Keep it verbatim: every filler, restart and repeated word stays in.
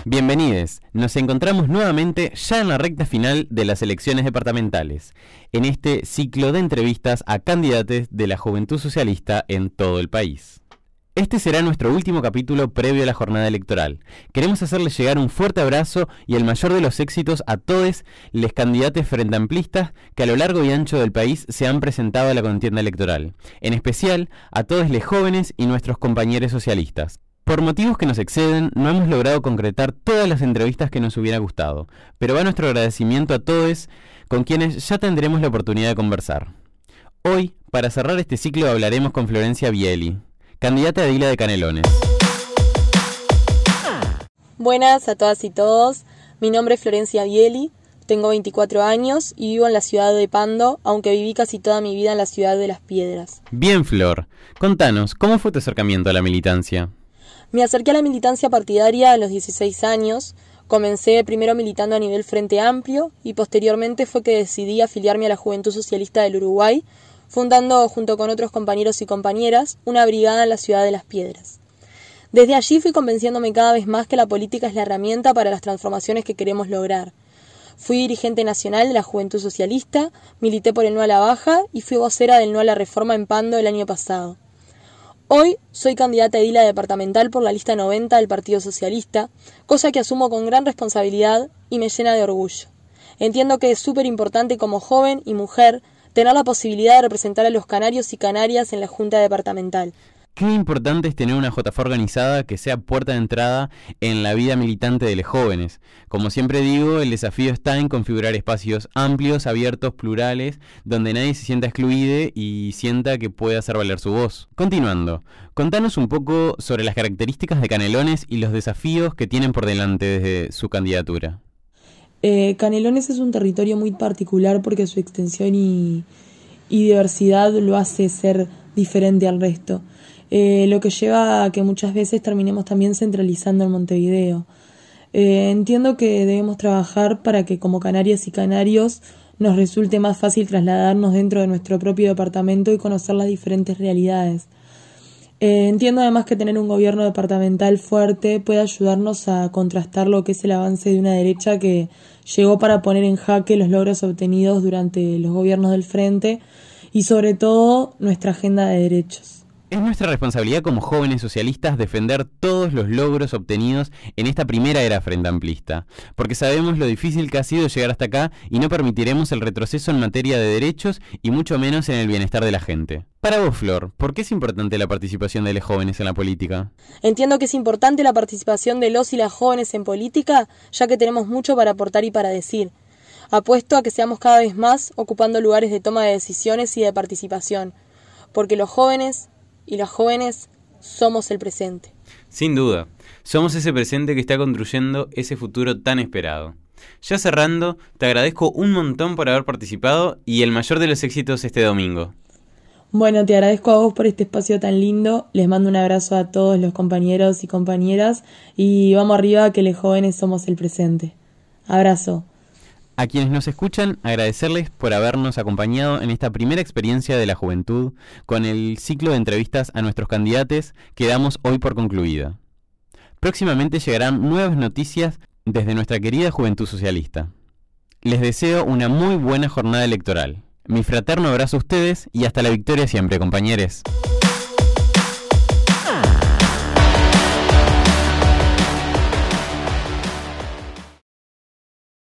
Bienvenidos, nos encontramos nuevamente ya en la recta final de las elecciones departamentales, en este ciclo de entrevistas a candidatos de la Juventud Socialista en todo el país. Este será nuestro último capítulo previo a la jornada electoral. Queremos hacerles llegar un fuerte abrazo y el mayor de los éxitos a todos los candidatos frenteamplistas que a lo largo y ancho del país se han presentado a la contienda electoral, en especial a todos los jóvenes y nuestros compañeros socialistas. Por motivos que nos exceden, no hemos logrado concretar todas las entrevistas que nos hubiera gustado, pero va nuestro agradecimiento a todos con quienes ya tendremos la oportunidad de conversar. Hoy, para cerrar este ciclo, hablaremos con Florencia Bieli, candidata de Edila de Canelones. Buenas a todas y todos, mi nombre es Florencia Bieli, tengo veinticuatro años y vivo en la ciudad de Pando, aunque viví casi toda mi vida en la ciudad de Las Piedras. Bien, Flor, contanos, ¿cómo fue tu acercamiento a la militancia? Me acerqué a la militancia partidaria a los dieciséis años, comencé primero militando a nivel Frente Amplio y posteriormente fue que decidí afiliarme a la Juventud Socialista del Uruguay, fundando junto con otros compañeros y compañeras una brigada en la ciudad de Las Piedras. Desde allí fui convenciéndome cada vez más que la política es la herramienta para las transformaciones que queremos lograr. Fui dirigente nacional de la Juventud Socialista, milité por el No a la Baja y fui vocera del No a la Reforma en Pando el año pasado. Hoy soy candidata a edila departamental por la lista noventa del Partido Socialista, cosa que asumo con gran responsabilidad y me llena de orgullo. Entiendo que es súper importante como joven y mujer tener la posibilidad de representar a los canarios y canarias en la Junta Departamental. Qué importante es tener una J F A organizada que sea puerta de entrada en la vida militante de los jóvenes. Como siempre digo, el desafío está en configurar espacios amplios, abiertos, plurales, donde nadie se sienta excluido y sienta que puede hacer valer su voz. Continuando, contanos un poco sobre las características de Canelones y los desafíos que tienen por delante desde su candidatura. Eh, Canelones es un territorio muy particular porque su extensión y, y diversidad lo hace ser diferente al resto. Eh, lo que lleva a que muchas veces terminemos también centralizando en Montevideo. Eh, entiendo que debemos trabajar para que como canarias y canarios nos resulte más fácil trasladarnos dentro de nuestro propio departamento y conocer las diferentes realidades. Eh, entiendo además que tener un gobierno departamental fuerte puede ayudarnos a contrastar lo que es el avance de una derecha que llegó para poner en jaque los logros obtenidos durante los gobiernos del Frente y sobre todo nuestra agenda de derechos. Es nuestra responsabilidad como jóvenes socialistas defender todos los logros obtenidos en esta primera era frenteamplista, porque sabemos lo difícil que ha sido llegar hasta acá y no permitiremos el retroceso en materia de derechos y mucho menos en el bienestar de la gente. Para vos, Flor, ¿por qué es importante la participación de los jóvenes en la política? Entiendo que es importante la participación de los y las jóvenes en política, ya que tenemos mucho para aportar y para decir. Apuesto a que seamos cada vez más ocupando lugares de toma de decisiones y de participación, porque los jóvenes y las jóvenes somos el presente. Sin duda, somos ese presente que está construyendo ese futuro tan esperado. Ya cerrando, te agradezco un montón por haber participado y el mayor de los éxitos este domingo. Bueno, te agradezco a vos por este espacio tan lindo, les mando un abrazo a todos los compañeros y compañeras y vamos arriba que los jóvenes somos el presente. Abrazo. A quienes nos escuchan, agradecerles por habernos acompañado en esta primera experiencia de la juventud con el ciclo de entrevistas a nuestros candidatos que damos hoy por concluida. Próximamente llegarán nuevas noticias desde nuestra querida Juventud Socialista. Les deseo una muy buena jornada electoral. Mi fraterno abrazo a ustedes y hasta la victoria siempre, compañeros.